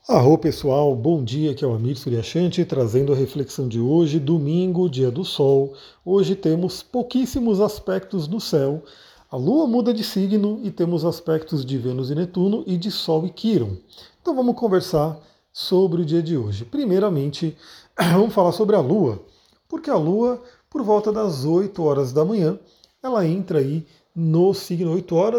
Arro pessoal, bom dia, aqui é o Amir Suryashanti trazendo a reflexão de hoje, domingo, dia do Sol. Hoje temos pouquíssimos aspectos no céu. A Lua muda de signo e temos aspectos de Vênus e Netuno e de Sol e Quirón. Então vamos conversar sobre o dia de hoje. Primeiramente, vamos falar sobre a Lua, porque a Lua, por volta das 8 horas da manhã, ela entra aí no signo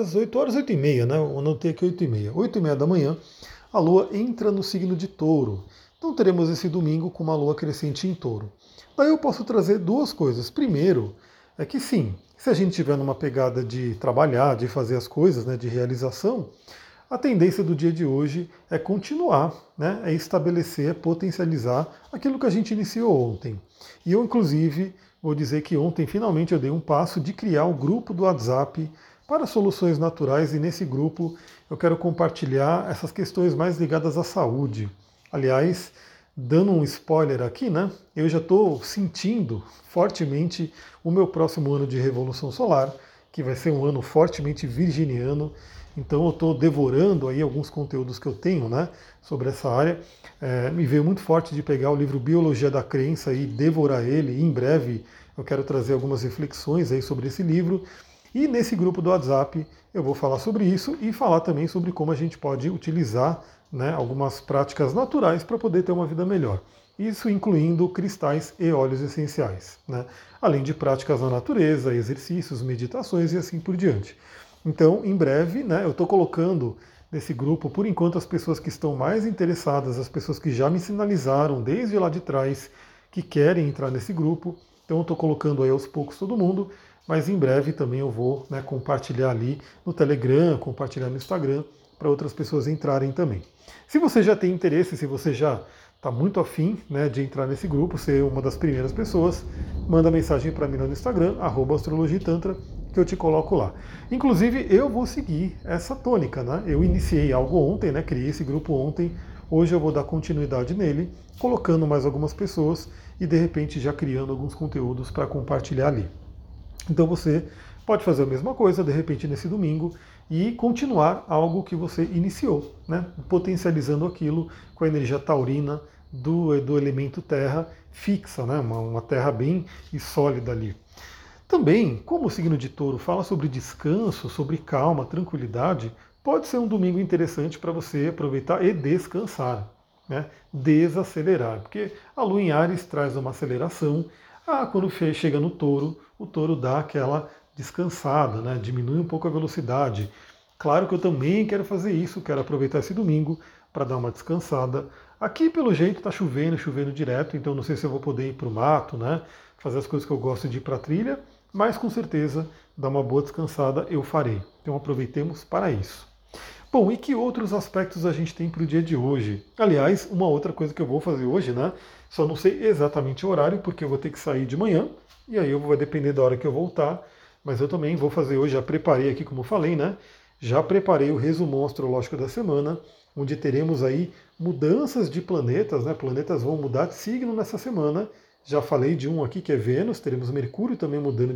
8 e meia, né? Eu anotei aqui 8 e meia. 8 e meia da manhã, a Lua entra no signo de Touro. Então teremos esse domingo com uma Lua crescente em Touro. Daí eu posso trazer duas coisas. Primeiro, é que sim, se a gente estiver numa pegada de trabalhar, de fazer as coisas, né, de realização, a tendência do dia de hoje é continuar, né, é estabelecer, é potencializar aquilo que a gente iniciou ontem. E eu, inclusive, vou dizer que ontem finalmente eu dei um passo de criar o grupo do WhatsApp para soluções naturais e nesse grupo eu quero compartilhar essas questões mais ligadas à saúde. Aliás, dando um spoiler aqui, né? Eu já estou sentindo fortemente o meu próximo ano de Revolução Solar, que vai ser um ano fortemente virginiano. Então eu estou devorando aí alguns conteúdos que eu tenho, né, sobre essa área. Me veio muito forte de pegar o livro Biologia da Crença e devorar ele. E em breve eu quero trazer algumas reflexões aí sobre esse livro. E nesse grupo do WhatsApp eu vou falar sobre isso e falar também sobre como a gente pode utilizar, né, algumas práticas naturais para poder ter uma vida melhor. Isso incluindo cristais e óleos essenciais, né? Além de práticas na natureza, exercícios, meditações e assim por diante. Então, em breve, né, eu estou colocando nesse grupo, por enquanto, as pessoas que estão mais interessadas, as pessoas que já me sinalizaram desde lá de trás que querem entrar nesse grupo. Então, eu estou colocando aí aos poucos todo mundo, mas em breve também eu vou, né, compartilhar ali no Telegram, compartilhar no Instagram, para outras pessoas entrarem também. Se você já tem interesse, se você já está muito afim, né, de entrar nesse grupo, ser uma das primeiras pessoas, manda mensagem para mim no Instagram, @astrologitantra, que eu te coloco lá. Inclusive, eu vou seguir essa tônica, né? Eu iniciei algo ontem, né? Criei esse grupo ontem. Hoje eu vou dar continuidade nele, colocando mais algumas pessoas e de repente já criando alguns conteúdos para compartilhar ali. Então você pode fazer a mesma coisa, de repente, nesse domingo e continuar algo que você iniciou, né? Potencializando aquilo com a energia taurina do elemento terra fixa, né? Uma terra bem e sólida ali. Também, como o signo de touro fala sobre descanso, sobre calma, tranquilidade, pode ser um domingo interessante para você aproveitar e descansar, né? Desacelerar, porque a lua em Áries traz uma aceleração, quando chega no touro, o touro dá aquela descansada, né? Diminui um pouco a velocidade. Claro que eu também quero fazer isso, quero aproveitar esse domingo para dar uma descansada. Aqui, pelo jeito, está chovendo, chovendo direto, então não sei se eu vou poder ir para o mato, né? Fazer as coisas que eu gosto de ir para a trilha, mas com certeza dar uma boa descansada eu farei. Então aproveitemos para isso. Bom, e que outros aspectos a gente tem para o dia de hoje? Aliás, uma outra coisa que eu vou fazer hoje, né? Só não sei exatamente o horário, porque eu vou ter que sair de manhã, e aí vai depender da hora que eu voltar, mas eu também vou fazer hoje, já preparei aqui, como eu falei, né? Já preparei o resumão astrológico da semana, onde teremos aí mudanças de planetas, né? Planetas vão mudar de signo nessa semana. Já falei de um aqui que é Vênus, teremos Mercúrio também mudando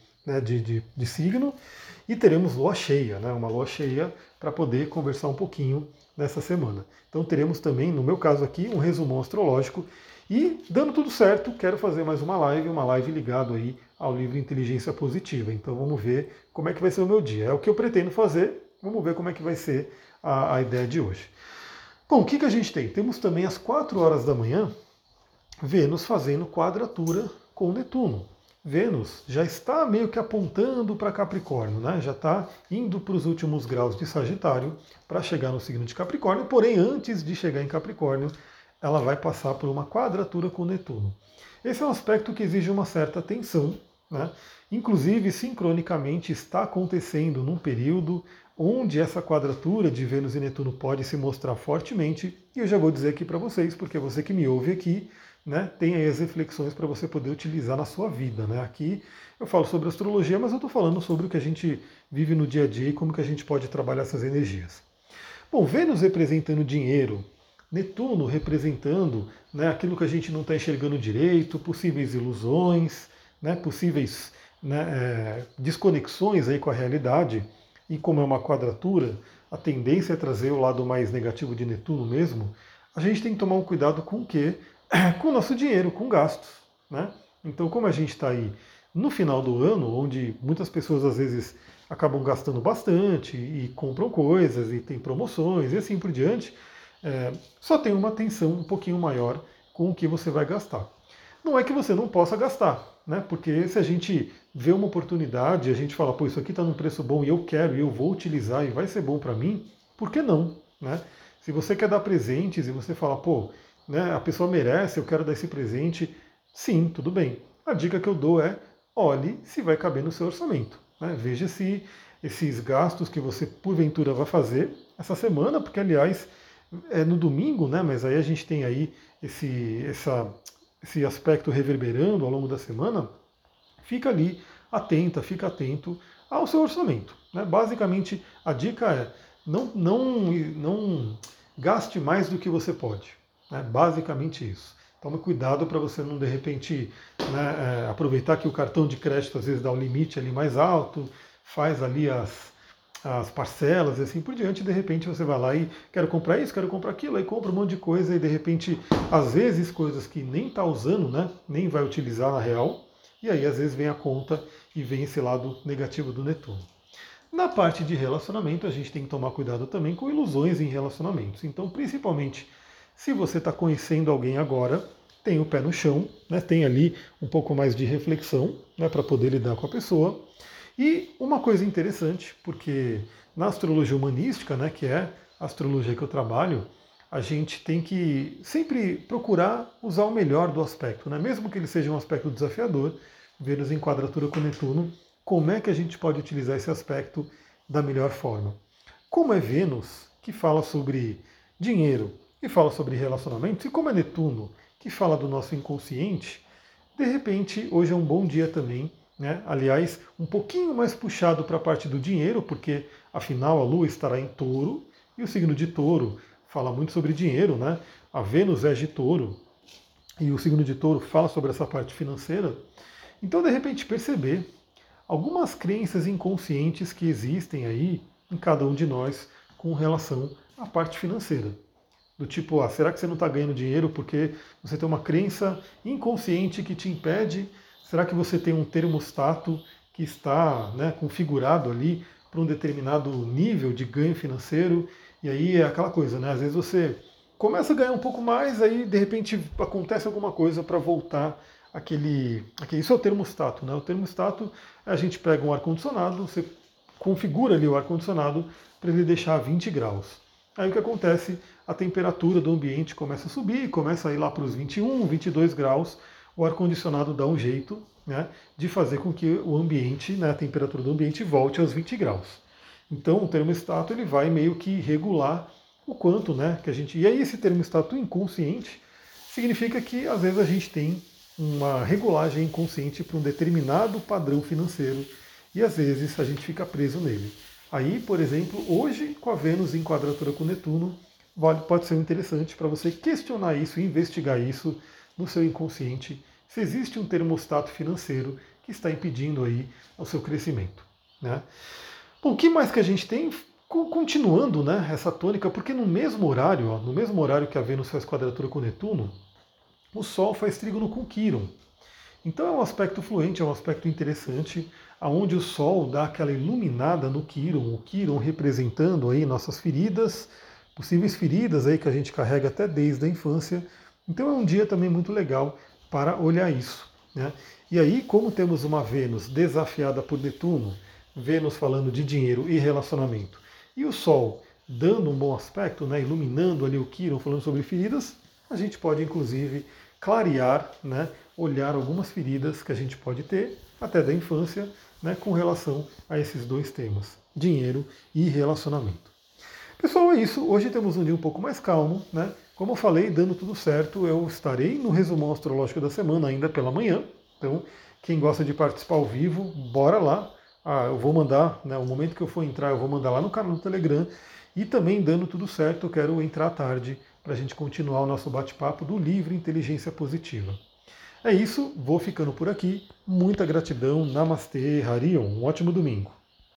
de signo, e teremos lua cheia, né? Uma lua cheia para poder conversar um pouquinho nessa semana. Então teremos também, no meu caso aqui, um resumão astrológico. E dando tudo certo, quero fazer mais uma live ligado aí ao livro Inteligência Positiva. Então vamos ver como é que vai ser o meu dia. É o que eu pretendo fazer, vamos ver como é que vai ser a ideia de hoje. Bom, o que, que a gente tem? Temos também às 4 horas da manhã, Vênus fazendo quadratura com Netuno. Vênus já está meio que apontando para Capricórnio, né? Já está indo para os últimos graus de Sagitário para chegar no signo de Capricórnio, porém antes de chegar em Capricórnio, ela vai passar por uma quadratura com Netuno. Esse é um aspecto que exige uma certa atenção, né? Inclusive, sincronicamente, está acontecendo num período onde essa quadratura de Vênus e Netuno pode se mostrar fortemente, e eu já vou dizer aqui para vocês, porque você que me ouve aqui, né, tem aí as reflexões para você poder utilizar na sua vida. Né? Aqui eu falo sobre astrologia, mas eu estou falando sobre o que a gente vive no dia a dia e como que a gente pode trabalhar essas energias. Bom, Vênus representando dinheiro, Netuno representando, né, aquilo que a gente não está enxergando direito, possíveis ilusões, né, possíveis, né, desconexões aí com a realidade. E como é uma quadratura, a tendência é trazer o lado mais negativo de Netuno mesmo. a gente tem que tomar um cuidado com o quê? Com o nosso dinheiro, com gastos, né? Então, como a gente está aí no final do ano, onde muitas pessoas às vezes acabam gastando bastante e compram coisas e tem promoções e assim por diante, só tem uma atenção um pouquinho maior com o que você vai gastar. Não é que você não possa gastar, né? Porque se a gente vê uma oportunidade, a gente fala, pô, isso aqui está num preço bom e eu quero e eu vou utilizar e vai ser bom para mim, por que não, né? Se você quer dar presentes e você fala, pô, né, a pessoa merece, eu quero dar esse presente, sim, tudo bem. A dica que eu dou é, olhe se vai caber no seu orçamento, né? Veja se esses gastos que você porventura vai fazer essa semana, porque aliás é no domingo, né? Mas aí a gente tem aí esse aspecto reverberando ao longo da semana. Fica ali fica atento ao seu orçamento, né? Basicamente a dica é não gaste mais do que você pode, né? Basicamente isso. Tome cuidado para você não de repente, né, aproveitar que o cartão de crédito às vezes dá um limite ali mais alto, faz ali as parcelas e assim por diante, e de repente você vai lá e quero comprar isso, quero comprar aquilo, aí compra um monte de coisa e de repente, às vezes, coisas que nem está usando, né, nem vai utilizar na real, e aí às vezes vem a conta e vem esse lado negativo do Netuno. Na parte de relacionamento, a gente tem que tomar cuidado também com ilusões em relacionamentos. Então, principalmente, se você está conhecendo alguém agora, tem o pé no chão, né, tem ali um pouco mais de reflexão, né, para poder lidar com a pessoa. E uma coisa interessante, porque na astrologia humanística, né, que é a astrologia que eu trabalho, a gente tem que sempre procurar usar o melhor do aspecto, né? Mesmo que ele seja um aspecto desafiador, Vênus em quadratura com Netuno, como é que a gente pode utilizar esse aspecto da melhor forma? Como é Vênus, que fala sobre dinheiro e fala sobre relacionamentos, e como é Netuno, que fala do nosso inconsciente, de repente hoje é um bom dia também, né? Aliás, um pouquinho mais puxado para a parte do dinheiro, porque afinal a Lua estará em Touro, e o signo de Touro fala muito sobre dinheiro, né? A Vênus é de Touro, e o signo de Touro fala sobre essa parte financeira. Então, de repente, perceber algumas crenças inconscientes que existem aí em cada um de nós com relação à parte financeira. Do tipo, será que você não está ganhando dinheiro porque você tem uma crença inconsciente que te impede? Será que você tem um termostato que está, né, configurado ali para um determinado nível de ganho financeiro? E aí é aquela coisa, né? Às vezes você começa a ganhar um pouco mais, aí de repente acontece alguma coisa para voltar isso é o termostato, né? O termostato, a gente pega um ar-condicionado, você configura ali o ar-condicionado para ele deixar a 20 graus. Aí o que acontece? A temperatura do ambiente começa a subir, começa a ir lá para os 21, 22 graus. O ar-condicionado dá um jeito, né, de fazer com que o ambiente, né, a temperatura do ambiente volte aos 20 graus. Então o termostato ele vai meio que regular o quanto, né, que a gente... E aí esse termostato inconsciente significa que às vezes a gente tem uma regulagem inconsciente para um determinado padrão financeiro e às vezes a gente fica preso nele. Aí, por exemplo, hoje com a Vênus em quadratura com Netuno, pode ser interessante para você questionar isso, investigar isso no seu inconsciente, se existe um termostato financeiro que está impedindo aí o seu crescimento, né? Bom, o que mais que a gente tem? Continuando, né, essa tônica, porque no mesmo horário, no mesmo horário que a Vênus faz quadratura com Netuno, o Sol faz trígono com Quirón. Então é um aspecto fluente, é um aspecto interessante, aonde o Sol dá aquela iluminada no Quirón, o Quirón representando aí nossas feridas, possíveis feridas aí que a gente carrega até desde a infância. Então é um dia também muito legal para olhar isso, né? E aí, como temos uma Vênus desafiada por Netuno, Vênus falando de dinheiro e relacionamento, e o Sol dando um bom aspecto, né, iluminando ali o Quirón, falando sobre feridas, a gente pode inclusive clarear, né, olhar algumas feridas que a gente pode ter, até da infância, né, com relação a esses dois temas, dinheiro e relacionamento. Pessoal, é isso. Hoje temos um dia um pouco mais calmo, né? Como eu falei, dando tudo certo, eu estarei no resumão astrológico da semana ainda pela manhã. Então, quem gosta de participar ao vivo, bora lá. Eu vou mandar, né, o momento que eu for entrar, eu vou mandar lá no canal do Telegram. E também, dando tudo certo, eu quero entrar à tarde para a gente continuar o nosso bate-papo do livro Inteligência Positiva. É isso, vou ficando por aqui. Muita gratidão. Namastê, Harion. Um ótimo domingo.